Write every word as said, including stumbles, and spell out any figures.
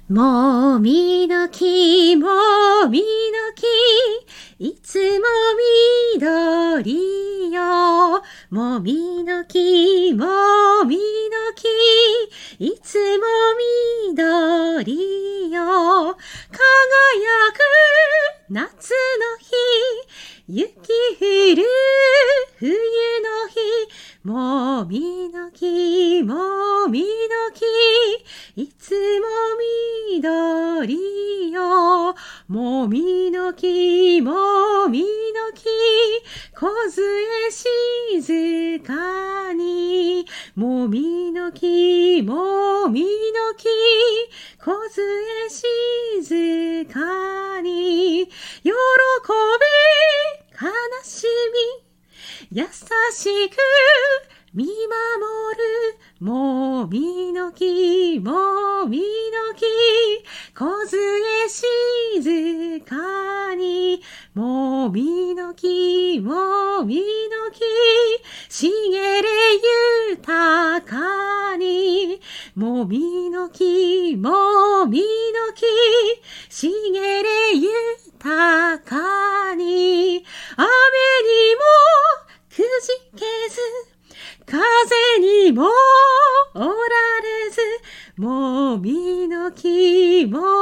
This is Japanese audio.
もみの木もみの木いつも緑よ。もみの木もみの木いつも緑よ。輝く夏の日雪降る冬の日もみの木もみの木いつも緑よ。もみの木もみの木梢静かに。もみの木もみの木梢静かに。喜び悲しみ優しく見守るもみの木もみの木梢静かに。もみの木もみの木茂れ豊かに。もみの木もみの木茂れ豊かに。雨にもくじけず風にもおられずもみの木も